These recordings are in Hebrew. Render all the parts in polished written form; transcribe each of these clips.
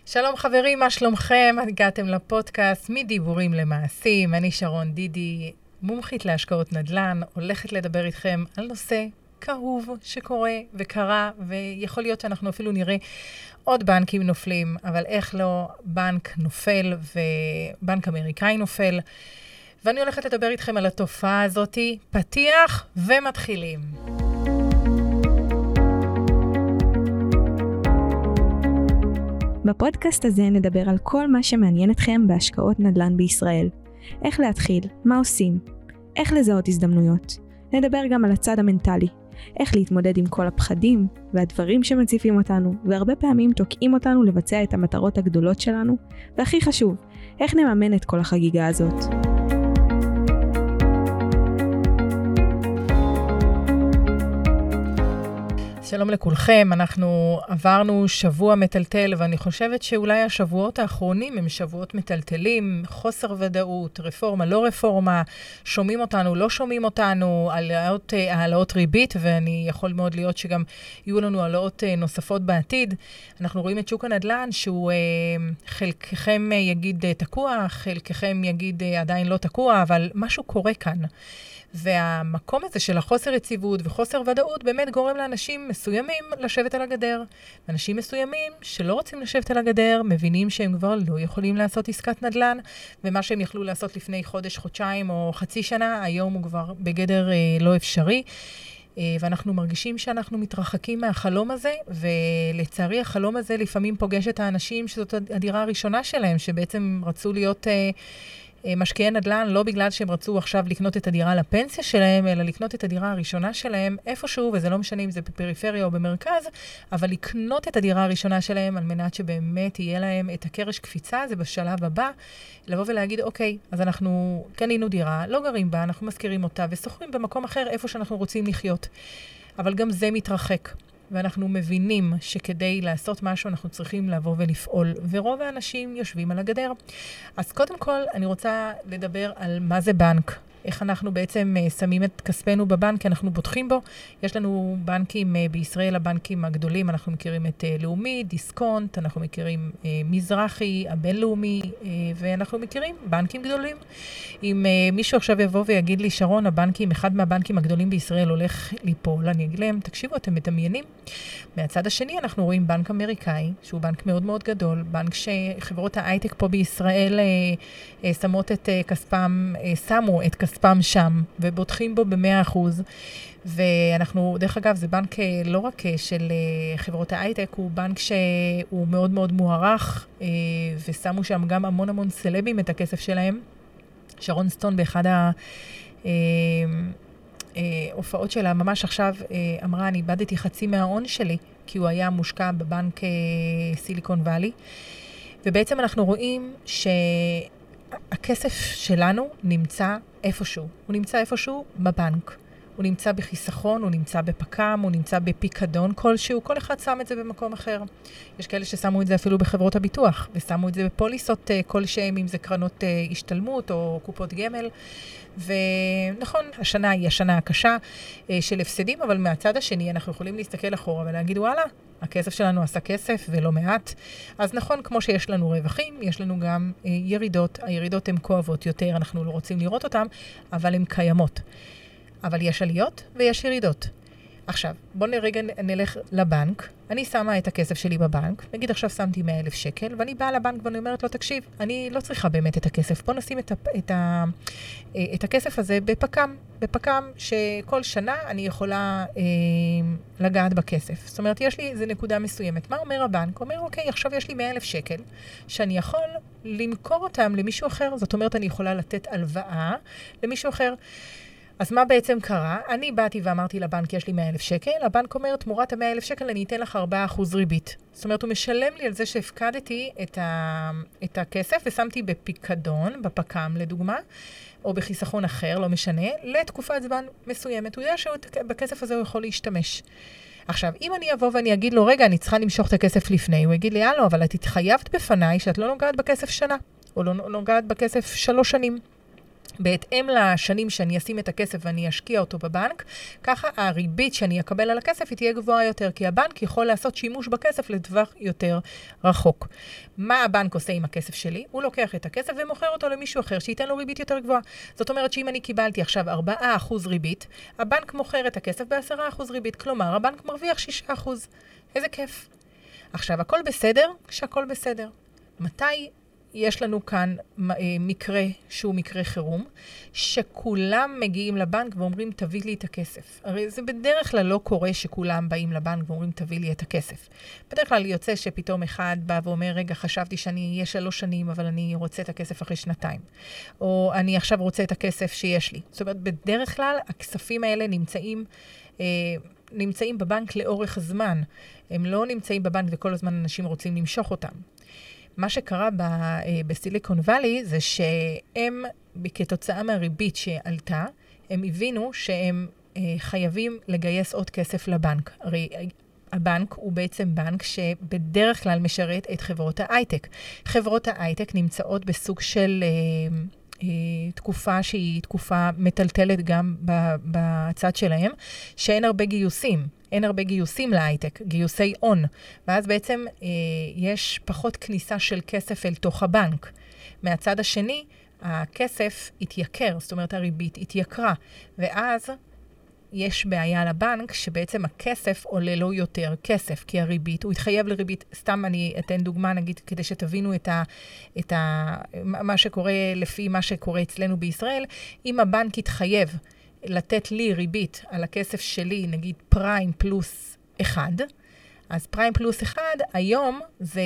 שלום חברים, מה שלומכם? הגעתם לפודקאסט מדיבורים למעשים. אני שרון דידי, מומחית להשקעות נדל"ן, הולכת לדבר איתכם על נושא כאוב שקורה וקרה, ויכול להיות שאנחנו אפילו נראה עוד בנקים נופלים, אבל איך לא, בנק נופל ובנק אמריקאי נופל. ואני הולכת לדבר איתכם על התופעה הזאת, פתיח ומתחילים. בפודקאסט הזה נדבר על כל מה שמעניין אתכם בהשקעות נדל"ן בישראל. איך להתחיל, מה עושים, איך לזהות הזדמנויות. נדבר גם על הצד המנטלי, איך להתמודד עם כל הפחדים והדברים שמציפים אותנו, והרבה פעמים תוקעים אותנו לבצע את המטרות הגדולות שלנו, והכי חשוב, איך נממן את כל החגיגה הזאת. שלום לכולכם, אנחנו עברנו שבוע מטלטל, ואני חושבת שאולי השבועות האחרונים הם שבועות מטלטלים, חוסר ודאות, רפורמה, לא רפורמה, שומעים אותנו, לא שומעים אותנו, העלאות ריבית, ואני יכול מאוד להיות שגם יהיו לנו העלאות נוספות בעתיד. אנחנו רואים את שוק הנדל"ן, שהוא חלקכם יגיד תקוע, חלקכם יגיד עדיין לא תקוע, אבל משהו קורה כאן. והמקום הזה של החוסר יציבות וחוסר ודאות באמת גורם לאנשים מסוימים לשבת על הגדר. אנשים מסוימים שלא רוצים לשבת על הגדר, מבינים שהם כבר לא יכולים לעשות עסקת נדל"ן, ומה שהם יכלו לעשות לפני חודש, חודשיים או חצי שנה, היום הוא כבר בגדר לא אפשרי. ואנחנו מרגישים שאנחנו מתרחקים מהחלום הזה, ולצערי החלום הזה לפעמים פוגש את האנשים שזאת הדירה הראשונה שלהם, שבעצם רצו להיות משקיעי נדל"ן, לא בגלל שהם רצו עכשיו לקנות את הדירה לפנסיה שלהם, אלא לקנות את הדירה הראשונה שלהם איפשהו, וזה לא משנה אם זה בפריפריה או במרכז, אבל לקנות את הדירה הראשונה שלהם על מנת שבאמת יהיה להם את הקרש קפיצה, זה בשלב הבא, לבוא ולהגיד, אוקיי, אז אנחנו קנינו דירה, לא גרים בה, אנחנו מזכירים אותה, וסוחרים במקום אחר איפה שאנחנו רוצים לחיות. אבל גם זה מתרחק. ואנחנו מבינים שכדי לעשות משהו אנחנו צריכים לבוא ולפעול, ורוב האנשים יושבים על הגדר. אז קודם כל אני רוצה לדבר על מה זה בנק. איך אנחנו בעצם שמים את כספנו בבנק, אנחנו בוטחים בו. יש לנו בנקים בישראל, הבנקים הגדולים, אנחנו מכירים את לאומי, דיסקונט, אנחנו מכירים מזרחי, הבינלאומי, ואנחנו מכירים בנקים גדולים. אם מישהו עכשיו יבוא ויגיד לי, שרון, אחד מהבנקים הגדולים בישראל הולך ליפול, אני אגיד להם, תקשיבו, אתם מדמיינים. מהצד השני אנחנו רואים בנק אמריקאי, שהוא בנק מאוד מאוד גדול, בנק שחברות ההייטק פה בישראל שמות את כספם, שמו את כספם שם, ובוטחים בו ב100%. ואנחנו, דרך אגב, זה בנק לא רק של חברות ההייטק, הוא בנק שהוא מאוד מאוד מוערך, ושמו שם גם המון המון סלבים את הכסף שלהם. שרון סטון באחד ההופעות שלה, ממש עכשיו אמרה, אני איבדתי חצי מההון שלי, כי הוא היה מושקע בבנק סיליקון ואלי. ובעצם אנחנו רואים שהכסף שלנו נמצא איפשהו. הוא נמצא איפשהו בבנק. הוא נמצא בחיסכון, הוא נמצא בפקם, הוא נמצא בפיקדון כלשהו. כל אחד שם את זה במקום אחר. יש כאלה ששמו את זה אפילו בחברות הביטוח, ושמו את זה בפוליסות כלשהם, אם זה קרנות השתלמות או קופות גמל. ונכון, השנה היא השנה הקשה של הפסדים, אבל מהצד השני אנחנו יכולים להסתכל אחורה ולהגיד, וואלה, הכסף שלנו עשה כסף ולא מעט. אז נכון, כמו שיש לנו רווחים, יש לנו גם ירידות. הירידות הן כואבות יותר, אנחנו לא רוצים לראות אותן, אבל הן קיימות. אבל יש עליות ויש ירידות. עכשיו, בואו רגע נלך לבנק. אני שמה את הכסף שלי בבנק, נגיד עכשיו שמתי 100,000 שקל, ואני באה לבנק ואני אומרת לו, תקשיב, אני לא צריכה באמת את הכסף, בוא נשים את הכסף הזה בפקם שכל שנה אני יכולה לגעת בכסף. זאת אומרת, יש לי איזו נקודה מסוימת. מה אומר הבנק? אומר, אוקיי, עכשיו יש לי 100,000 שקל, שאני יכול למכור אותם למישהו אחר, זאת אומרת, אני יכולה לתת הלוואה למישהו אחר. אז מה בעצם קרה? אני באתי ואמרתי לבנק, יש לי 100,000 שקל, הבנק אומר, תמורת ה100,000 שקל אני אתן לך 4% ריבית. זאת אומרת, הוא משלם לי על זה שהפקדתי את הכסף, ושמתי בפיקדון, בפקם לדוגמה, או בחיסכון אחר, לא משנה, לתקופת זמן מסוימת. הוא יודע שבכסף הזה הוא יכול להשתמש. עכשיו, אם אני אבוא ואני אגיד לו, רגע, אני צריכה למשוך את הכסף לפני, הוא יגיד לי, הלו, אבל את התחייבת בפניי שאת לא נוגעת בכסף שנה, או לא נוגעת בכסף 3 שנים. בהתאם לשנים שאני אשים את הכסף ואני אשקיע אותו בבנק, ככה הריבית שאני אקבל על הכסף היא תהיה גבוהה יותר, כי הבנק יכול לעשות שימוש בכסף לטווח יותר רחוק. מה הבנק עושה עם הכסף שלי? הוא לוקח את הכסף ומוכר אותו למישהו אחר שייתן לו ריבית יותר גבוהה. זאת אומרת שאם אני קיבלתי עכשיו 4% ריבית, הבנק מוכר את הכסף ב10% ריבית, כלומר הבנק מרוויח 6%. איזה כיף. עכשיו, הכל בסדר כשהכל בסדר. מתי יש לנו כאן מקרה שהוא מקרה חירום, שכולם מגיעים לבנק ואומרים, תביא לי את הכסף. הרי זה בדרך כלל לא קורה שכולם באים לבנק ואומרים, תביא לי את הכסף. בדרך כלל יוצא שפתאום אחד בא ואומר, רגע, חשבתי שאני אהיה 3 שנים, אבל אני רוצה את הכסף אחרי 2. או אני עכשיו רוצה את הכסף שיש לי. זאת אומרת, בדרך כלל הכספים האלה נמצאים בבנק לאורך זמן. הם לא נמצאים בבנק וכל הזמן אנשים רוצים למשוך אותם. מה שקרה בסיליקון ואלי זה שהם, כתוצאה מהריבית שעלתה, הם הבינו שהם חייבים לגייס עוד כסף לבנק. הרי הבנק הוא בעצם בנק שבדרך כלל משרת את חברות ההייטק. חברות ההייטק נמצאות בסוג של תקופה שהיא תקופה מטלטלת גם בצד שלהם, שאין הרבה גיוסים. אין הרבה גיוסים להייטק, גיוסי הון. ואז בעצם יש פחות כניסה של כסף אל תוך הבנק. מהצד השני, הכסף התייקר, זאת אומרת הריבית התייקרה. ואז יש בעיה לבנק שבעצם הכסף עולה לו יותר כסף, כי הריבית, הוא התחייב לריבית, סתם אני אתן דוגמה, נגיד, כדי שתבינו מה שקורה לפי מה שקורה אצלנו בישראל, אם הבנק התחייב לתת לי ריבית על הכסף שלי, נגיד פריים פלוס 1, אז פריים פלוס 1, היום זה,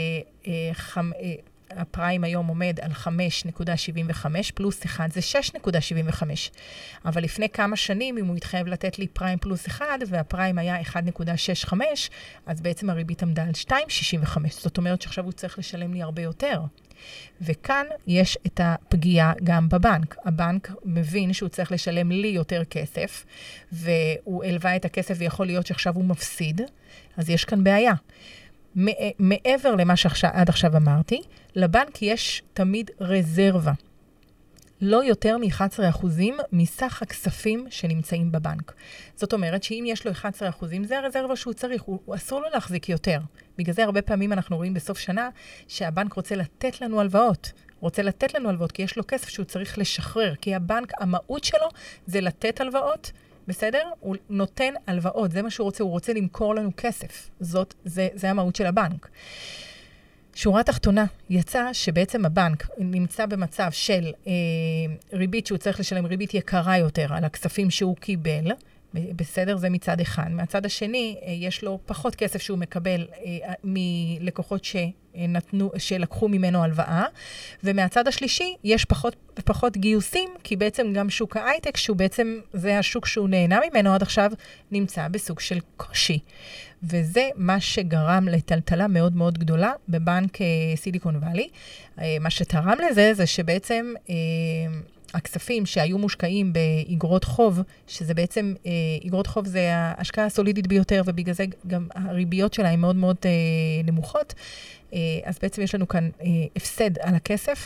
הפריים היום עומד על 5.75, פלוס 1 זה 6.75. אבל לפני כמה שנים, אם הוא התחייב לתת לי פריים פלוס 1, והפריים היה 1.65, אז בעצם הריבית עמדה על 2.65. זאת אומרת שעכשיו הוא צריך לשלם לי הרבה יותר. וכאן יש את הפגיעה גם בבנק. הבנק מבין שהוא צריך לשלם לי יותר כסף, והוא הלווה את הכסף ויכול להיות שעכשיו הוא מפסיד, אז יש כאן בעיה. מעבר למה שעד עכשיו אמרתי, לבנק יש תמיד רזרבה. לא יותר מ-11% מסך הכספים שנמצאים בבנק. זאת אומרת שאם יש לו 11%, זה הרזרבה שהוא צריך, הוא אסור לו להחזיק יותר. בגלל זה הרבה פעמים אנחנו רואים בסוף שנה שהבנק רוצה לתת לנו הלוואות. כי יש לו כסף שהוא צריך לשחרר, כי הבנק, המהות שלו זה לתת הלוואות, בסדר? הוא נותן הלוואות, זה מה שהוא רוצה, הוא רוצה למכור לנו כסף. זה המהות של הבנק. שורה תחתונה, יצא שבעצם הבנק נמצא במצב של ריבית שהוא צריך לשלם, ריבית יקרה יותר על הכספים שהוא קיבל, בסדר? זה מצד אחד. מהצד השני, יש לו פחות כסף שהוא מקבל מלקוחות שלקחו ממנו הלוואה, ומהצד השלישי, יש פחות גיוסים, כי בעצם גם שוק ההייטק, שהוא בעצם, זה השוק שהוא נהנה ממנו עד עכשיו, נמצא בסוג של קושי. וזה מה שגרם לטלטלה מאוד מאוד גדולה בבנק סיליקון ואלי. מה שתרם לזה זה שבעצם הכספים שהיו מושקעים באגרות חוב, שזה בעצם, אגרות חוב זה ההשקעה הסולידית ביותר, ובגלל זה גם הריביות שלה הן מאוד מאוד נמוכות. אז בעצם יש לנו כאן הפסד על הכסף,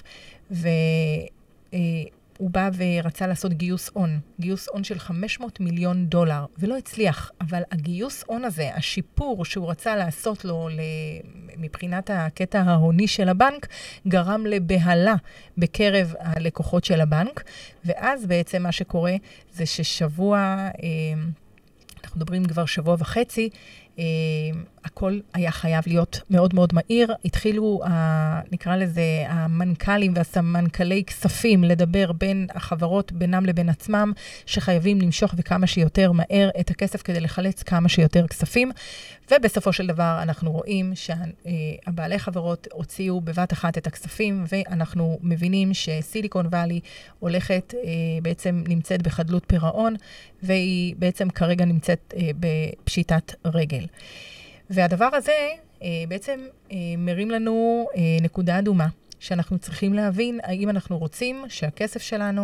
הוא בא ורצה לעשות גיוס הון של $500 מיליון, ולא הצליח, אבל הגיוס הון הזה, השיפור שהוא רצה לעשות לו מבחינת הקטע ההוני של הבנק, גרם לבהלה בקרב הלקוחות של הבנק, ואז בעצם מה שקורה זה ששבוע, אנחנו מדברים כבר שבוע וחצי, הכל היה חייב להיות מאוד מאוד מהיר. התחילו, נקרא לזה, המנכ"לים והסמנכ"לי כספים לדבר בין החברות, בינם לבין עצמם, שחייבים למשוך וכמה שיותר מהר את הכסף כדי לחלץ כמה שיותר כספים. ובסופו של דבר אנחנו רואים שהבעלי חברות הוציאו בבת אחת את הכספים, ואנחנו מבינים שסיליקון ואלי הולכת, בעצם נמצאת בחדלות פירעון, והיא בעצם כרגע נמצאת בפשיטת רגל. והדבר הזה בעצם מרים לנו נקודה אדומה, שאנחנו צריכים להבין האם אנחנו רוצים שהכסף שלנו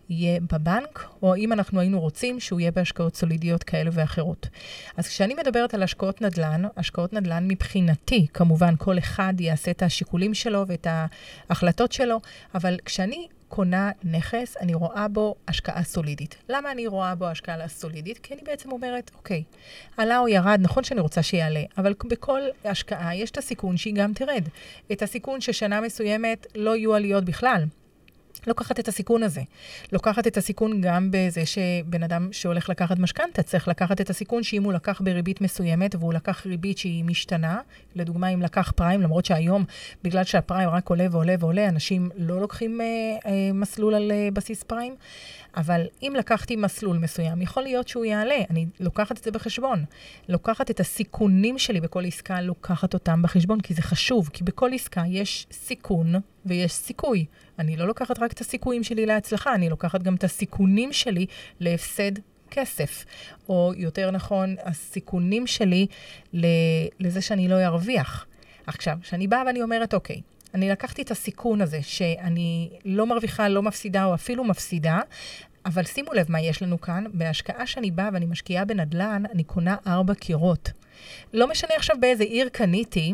יהיה בבנק, או אם אנחנו היינו רוצים שהוא יהיה בהשקעות סולידיות כאלה ואחרות. אז כשאני מדברת על השקעות נדל"ן מבחינתי, כמובן כל אחד יעשה את השיקולים שלו ואת ההחלטות שלו, אבל כשאני קונה נכס, אני רואה בו השקעה סולידית. למה אני רואה בו השקעה סולידית? כי אני בעצם אומרת, אוקיי, עלה או ירד, נכון שאני רוצה שיעלה, אבל בכל השקעה יש את הסיכון שהיא גם תרד. את הסיכון ששנה מסוימת לא יהיו עליות בכלל. לוקחת את הסיכון הזה. לוקחת את הסיכון גם בזה שבן אדם שהולך לקחת משכנתא, צריך לקחת את הסיכון שאם הוא לקח בריבית מסוימת, והוא לקח ריבית שהיא משתנה, לדוגמה אם לקח פריים, למרות שהיום, בגלל שהפריים רק עולה ועולה ועולה, אנשים לא לוקחים מסלול על בסיס פריים, אבל אם לקחתי מסלול מסוים, יכול להיות שהוא יעלה, אני לוקחת את זה בחשבון. לוקחת את הסיכונים שלי בכל עסקה, לוקחת אותם בחשבון, כי זה חשוב, כי בכל עסקה יש סיכון ויש סיכוי. אני לא לוקחת רק את הסיכויים שלי להצלחה, אני לוקחת גם את הסיכונים שלי להפסד כסף. או יותר נכון, הסיכונים שלי לזה שאני לא ארוויח. עכשיו, שאני באה ואני אומרת, אוקיי, אני לקחתי את הסיכון הזה, שאני לא מרוויחה, לא מפסידה, או אפילו מפסידה, אבל שימו לב מה יש לנו כאן, בהשקעה שאני באה ואני משקיעה בנדל"ן, אני קונה 4 קירות. לא משנה עכשיו באיזה עיר קניתי,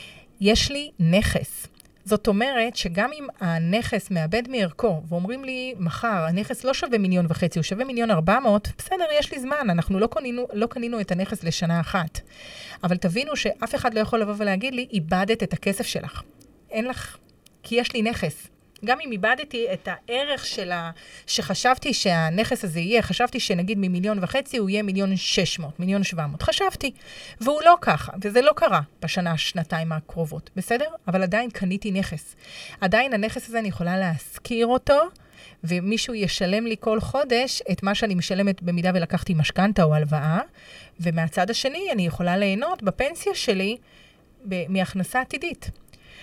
יש לי נכס. זאת אומרת שגם אם הנכס מאבד מערכו, ואומרים לי, מחר, הנכס לא שווה 1.5 מיליון, הוא שווה 1.4 מיליון, בסדר, יש לי זמן, אנחנו לא קנינו את הנכס לשנה אחת. אבל תבינו שאף אחד לא יכול לבוא ולהגיד לי, איבדת את הכסף שלך. אין לך, כי יש לי נכס. גם אם איבדתי את הערך שחשבתי שהנכס הזה יהיה, חשבתי שנגיד מ1.5 מיליון הוא יהיה 1.6 מיליון, 1.7 מיליון. חשבתי, והוא לא ככה, וזה לא קרה בשנה, שנתיים הקרובות, בסדר? אבל עדיין קניתי נכס. עדיין הנכס הזה אני יכולה להשכיר אותו, ומישהו ישלם לי כל חודש את מה שאני משלמת במידה ולקחתי משכנתא או הלוואה, ומהצד השני אני יכולה ליהנות בפנסיה שלי מהכנסה עתידית.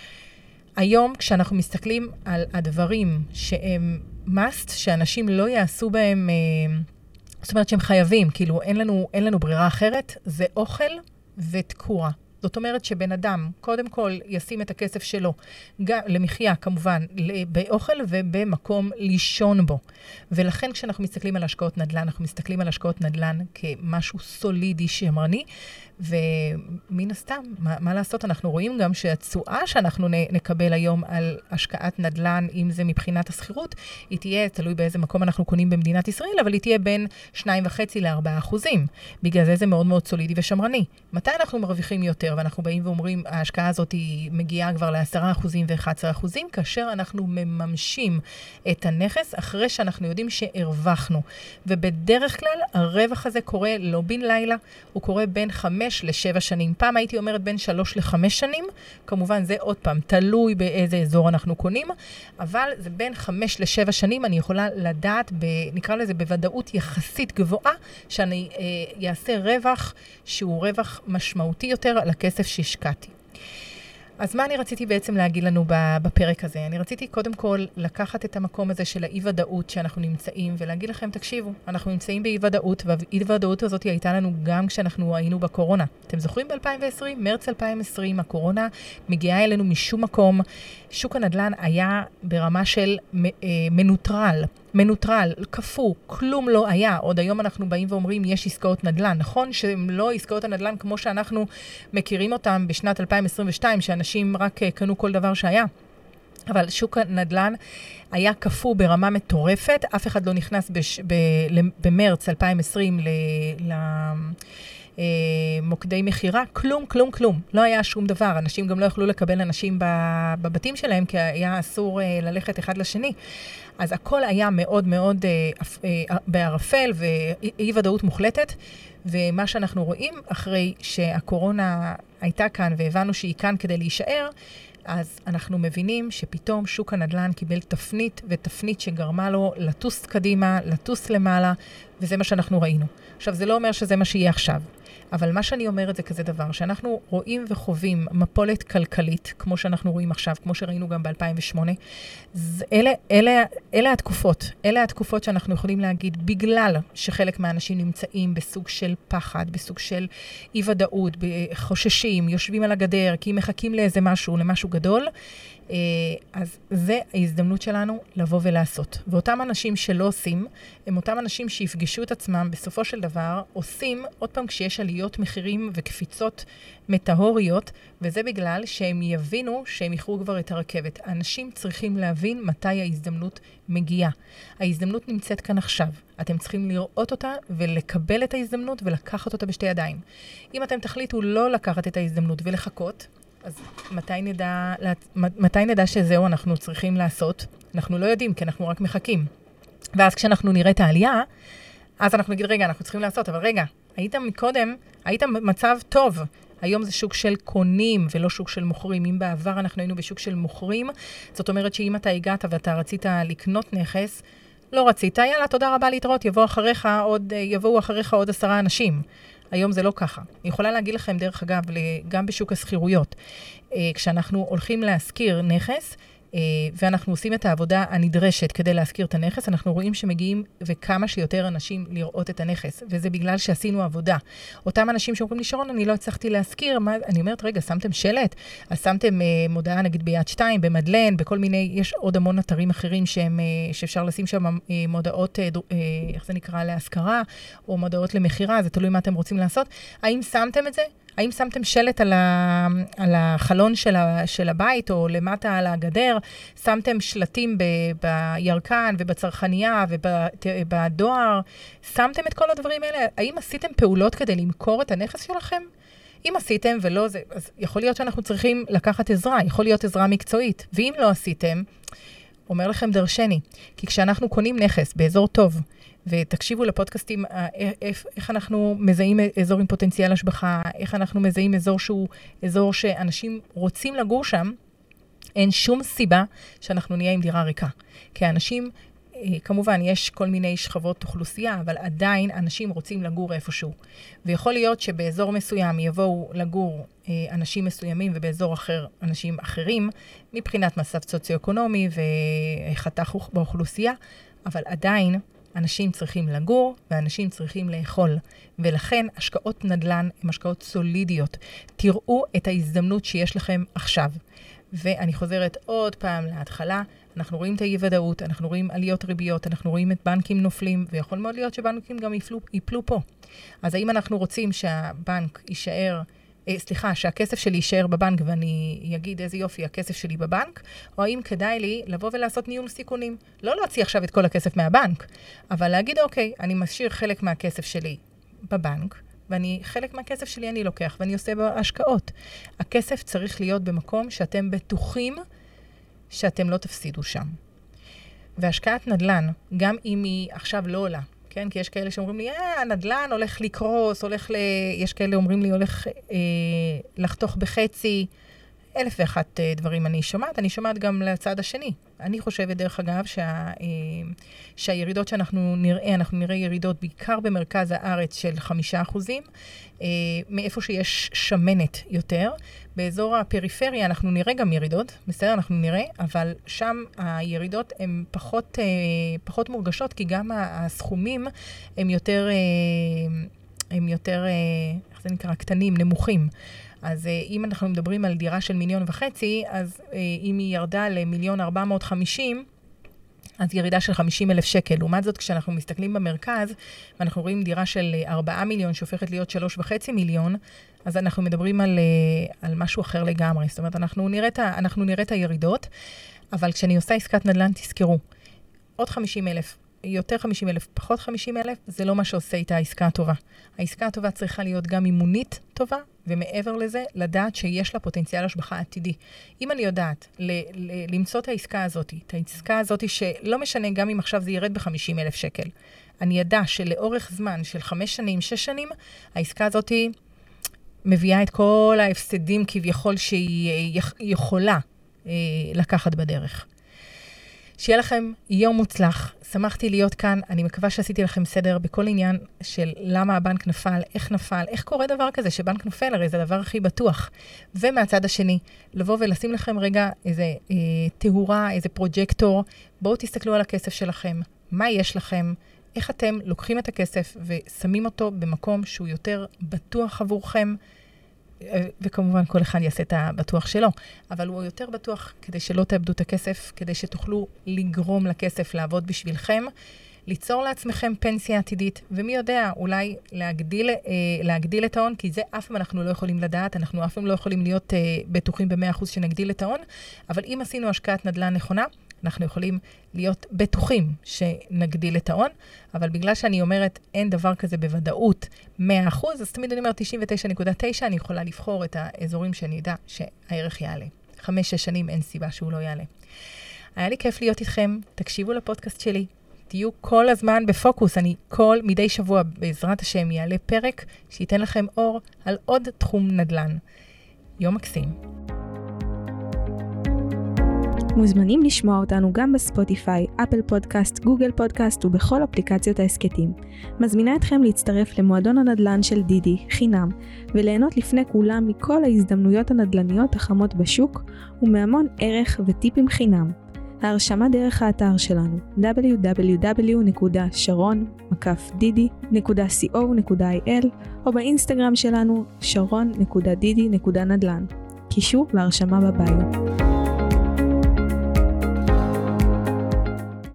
היום, כשאנחנו מסתכלים על הדברים שהם must, שאנשים לא יעשו בהם, זאת אומרת שהם חייבים, כאילו אין לנו ברירה אחרת, זה אוכל ותקורה. זאת אומרת שבן אדם, קודם כל, ישים את הכסף שלו, גם למחיה, כמובן, באוכל ובמקום לישון בו. ולכן, כשאנחנו מסתכלים על השקעות נדל"ן, אנחנו מסתכלים על השקעות נדל"ן כמשהו סולידי שמרני, ומן הסתם, מה לעשות? אנחנו רואים גם שהתשואה שאנחנו נקבל היום על השקעת נדל"ן, אם זה מבחינת הסחירות, היא תהיה, תלוי באיזה מקום אנחנו קונים במדינת ישראל, אבל היא תהיה בין 2.5% ל4%. בגלל זה זה מאוד מאוד סולידי ושמרני. מתי אנחנו מרוויחים יותר? ואנחנו באים ואומרים, ההשקעה הזאת היא מגיעה כבר ל10% ו11%, כאשר אנחנו מממשים את הנכס, אחרי שאנחנו יודעים שהרווחנו. ובדרך כלל, הרווח הזה קורה לא בן לילה, הוא קורה בין 5 ל7 שנים. פעם הייתי אומרת בין 3 ל5 שנים, כמובן זה עוד פעם, תלוי באיזה אזור אנחנו קונים, אבל זה בין 5 ל7 שנים, אני יכולה לדעת, נקרא לזה בוודאות יחסית גבוהה, שאני יעשה רווח שהוא רווח משמעותי יותר על הכסף שהשקעתי. אז מה אני רציתי בעצם להגיד לנו בפרק הזה? אני רציתי קודם כל לקחת את המקום הזה של האי-ודאות שאנחנו נמצאים, ולהגיד לכם, תקשיבו, אנחנו נמצאים באי-ודאות, והאי-ודאות הזאת הייתה לנו גם כשאנחנו היינו בקורונה. אתם זוכרים ב-2020? מרץ 2020, הקורונה מגיעה אלינו משום מקום. שוק הנדל"ן היה ברמה של מנוטרל, כפו, כלום לא היה. עוד היום אנחנו באים ואומרים, יש עסקאות נדל"ן. נכון שהן לא עסקאות הנדל"ן כמו שאנחנו מכירים אותם בשנת 2022, שאנשים רק קנו כל דבר שהיה. אבל שוק הנדל"ן היה כפו ברמה מטורפת. אף אחד לא נכנס במרץ 2020 מוקדי מחירה, כלום. לא היה שום דבר. אנשים גם לא יכלו לקבל אנשים בבתים שלהם, כי היה אסור ללכת אחד לשני. אז הכל היה מאוד מאוד בערפל ואי ודאות מוחלטת, ומה שאנחנו רואים אחרי שהקורונה הייתה כאן והבנו שהיא כאן כדי להישאר, אז אנחנו מבינים שפתאום שוק הנדל"ן קיבל תפנית שגרמה לו לטוס קדימה, לטוס למעלה, וזה מה שאנחנו ראינו. עכשיו, זה לא אומר שזה מה שיהיה עכשיו. אבל מה שאני אומרת זה כזה דבר, שאנחנו רואים וחווים מפולת כלכלית, כמו שאנחנו רואים עכשיו, כמו שראינו גם ב-2008, אלה התקופות שאנחנו יכולים להגיד, בגלל שחלק מהאנשים נמצאים בסוג של פחד, בסוג של אי-ודאות, חוששים, יושבים על הגדר, כי מחכים לאיזה משהו, למשהו גדול, אז זה ההזדמנות שלנו לבוא ולעשות. ואותם אנשים שלא עושים, הם אותם אנשים שיפגשו את עצמם בסופו של דבר, עושים עוד פעם כשיש עליות מחירים וקפיצות מטאוריות, וזה בגלל שהם יבינו שהם יחרו כבר את הרכבת. האנשים צריכים להבין מתי ההזדמנות מגיעה. ההזדמנות נמצאת כאן עכשיו. אתם צריכים לראות אותה ולקבל את ההזדמנות ולקחת אותה בשתי ידיים. אם אתם תחליטו לא לקחת את ההזדמנות ולחכות, אז מתי נדע שזהו אנחנו צריכים לעשות? אנחנו לא יודעים, כי אנחנו רק מחכים. ואז כשאנחנו נראה את העלייה, אז אנחנו נגיד, רגע, אנחנו צריכים לעשות, אבל רגע, היית במצב טוב. היום זה שוק של קונים ולא שוק של מוכרים. אם בעבר אנחנו היינו בשוק של מוכרים, זאת אומרת שאם אתה הגעת ואתה רצית לקנות נכס, לא רצית, יאללה, תודה רבה להתראות, יבואו אחריך עוד 10 אנשים. היום זה לא ככה. אני יכולה להגיד לכם, דרך אגב, גם בשוק הסחירויות, כשאנחנו הולכים להשכיר נכס, ואנחנו עושים את העבודה הנדרשת כדי להשכיר את הנכס, אנחנו רואים שמגיעים וכמה שיותר אנשים לראות את הנכס, וזה בגלל שעשינו עבודה. אותם אנשים שאומרים לי, שרון, אני לא הצלחתי להשכיר, אני אומרת, רגע, שמתם שלט? אז שמתם מודעה, נגיד ביד 2, במדלן, בכל מיני, יש עוד המון אתרים אחרים שאפשר לשים שם מודעות, איך זה נקרא, להשכרה, או מודעות למחירה, זה תלוי מה אתם רוצים לעשות. האם שמתם את זה? האם שמתם שלט על החלון של הבית, או למטה על הגדר? שמתם שלטים בירקן ובצרכנייה ובדואר? שמתם את כל הדברים האלה? האם עשיתם פעולות כדי למכור את הנכס שלכם? אם עשיתם ולא זה, אז יכול להיות שאנחנו צריכים לקחת עזרה, יכול להיות עזרה מקצועית. ואם לא עשיתם, אומר לכם דרשני, כי כשאנחנו קונים נכס באזור טוב, ותקשיבו לפודקאסטים, איך אנחנו מזהים אזור עם פוטנציאל השבחה, איך אנחנו מזהים אזור שהוא אזור שאנשים רוצים לגור שם, אין שום סיבה שאנחנו נהיה עם דירה ריקה. כי האנשים, כמובן, יש כל מיני שכבות אוכלוסייה, אבל עדיין אנשים רוצים לגור איפשהו. ויכול להיות שבאזור מסוים יבואו לגור אנשים מסוימים, ובאזור אחר אנשים אחרים, מבחינת מצב סוציו-אקונומי וחתך באוכלוסייה, אבל עדיין אנשים צריכים לגור, ואנשים צריכים לאכול. ולכן השקעות נדל"ן הן השקעות סולידיות. תראו את ההזדמנות שיש לכם עכשיו. ואני חוזרת עוד פעם להתחלה, אנחנו רואים את האי-ודאות, אנחנו רואים עליות ריביות, אנחנו רואים את בנקים נופלים, ויכול מאוד להיות שבנקים גם ייפלו פה. אז האם אנחנו רוצים שהבנק יישאר, שהכסף שלי יישאר בבנק ואני אגיד איזה יופי, הכסף שלי בבנק, או האם כדאי לי לבוא ולעשות ניהול סיכונים. לא להוציא עכשיו את כל הכסף מהבנק, אבל להגיד, אוקיי, אני משאיר חלק מהכסף שלי בבנק, חלק מהכסף שלי אני לוקח ואני עושה בהשקעות. הכסף צריך להיות במקום שאתם בטוחים שאתם לא תפסידו שם. והשקעת נדל"ן, גם אם היא עכשיו לא עולה, כן? כי יש כאלה שאומרים לי, הנדל"ן הולך לקרוס, יש כאלה אומרים לי, הולך לחתוך בחצי, 1,001 דברים אני שומעת גם לצד השני. אני חושבת דרך אגב שהירידות שאנחנו נראה ירידות בעיקר במרכז הארץ של 5%, מאיפה שיש שמנת יותר. באזור הפריפריה אנחנו נראה גם ירידות, בסדר, אנחנו נראה, אבל שם הירידות הן פחות מורגשות, כי גם הסכומים הם יותר, איך זה נקרא, קטנים, נמוכים. אז אם אנחנו מדברים על דירה של 1.5 מיליון, אז אם היא ירדה ל1,450,000, אז ירידה של 50,000 שקל. לעומת זאת, כשאנחנו מסתכלים במרכז, ואנחנו רואים דירה של 4 מיליון, שהופכת להיות 3.5 מיליון, אז אנחנו מדברים על משהו אחר לגמרי. זאת אומרת, אנחנו נראה את הירידות, אבל כשאני עושה עסקת נדל"ן, תזכרו, עוד 50,000, יותר 50,000, פחות 50,000, זה לא מה שעושה איתה העסקה הטובה. העסקה הטובה צריכה להיות גם אימונית טובה, ומעבר לזה, לדעת שיש לה פוטנציאל השבחה עתידי. אם אני יודעת למצוא את העסקה הזאת שלא משנה גם אם עכשיו זה ירד ב50,000 שקל, אני ידע שלאורך זמן של 5 שנים, 6 שנים, העסקה הזאת מביאה את כל ההפסדים כביכול שהיא יכולה לקחת בדרך. שיהיה לכם יום מוצלח. שמחתי להיות כאן. אני מקווה שעשיתי לכם סדר בכל עניין של למה הבנק נפל, איך קורה דבר כזה שבנק נופל, הרי זה הדבר הכי בטוח. ומהצד השני, לבוא ולשים לכם רגע איזה תאורה, איזה פרוג'קטור. בואו תסתכלו על הכסף שלכם. מה יש לכם? איך אתם לוקחים את הכסף ושמים אותו במקום שהוא יותר בטוח עבורכם, וכמובן כל אחד יעשה את הבטוח שלו, אבל הוא יותר בטוח כדי שלא תאבדו את הכסף, כדי שתוכלו לגרום לכסף לעבוד בשבילכם, ליצור לעצמכם פנסיה עתידית, ומי יודע, אולי להגדיל את ההון, כי זה אף פעם אנחנו לא יכולים לדעת, אנחנו אף פעם לא יכולים להיות בטוחים ב100% שנגדיל את ההון, אבל אם עשינו השקעת נדל"ן נכונה, אנחנו יכולים להיות בטוחים שנגדיל את ההון, אבל בגלל שאני אומרת אין דבר כזה בוודאות 100%, אז תמיד אני אומרת 99.9, אני יכולה לבחור את האזורים שאני יודע שהערך יעלה. 5-6 שנים אין סיבה שהוא לא יעלה. היה לי כיף להיות איתכם, תקשיבו לפודקאסט שלי, תהיו כל הזמן בפוקוס, אני מדי שבוע בעזרת השם יעלה פרק שייתן לכם אור על עוד תחום נדל"ן. יום מקסים. מוזמנים לשמוע אותנו גם בספוטיפיי, אפל פודקאסט, גוגל פודקאסט ובכל אפליקציות העסקתים. מזמינה אתכם להצטרף למועדון הנדל"ן של דידי, חינם, וליהנות לפני כולם מכל ההזדמנויות הנדל"ניות החמות בשוק, ומהמון ערך וטיפים חינם. ההרשמה דרך האתר שלנו www.sharon-didi.co.il או באינסטגרם שלנו sharon.didi.nadlan. קישור להרשמה בביו.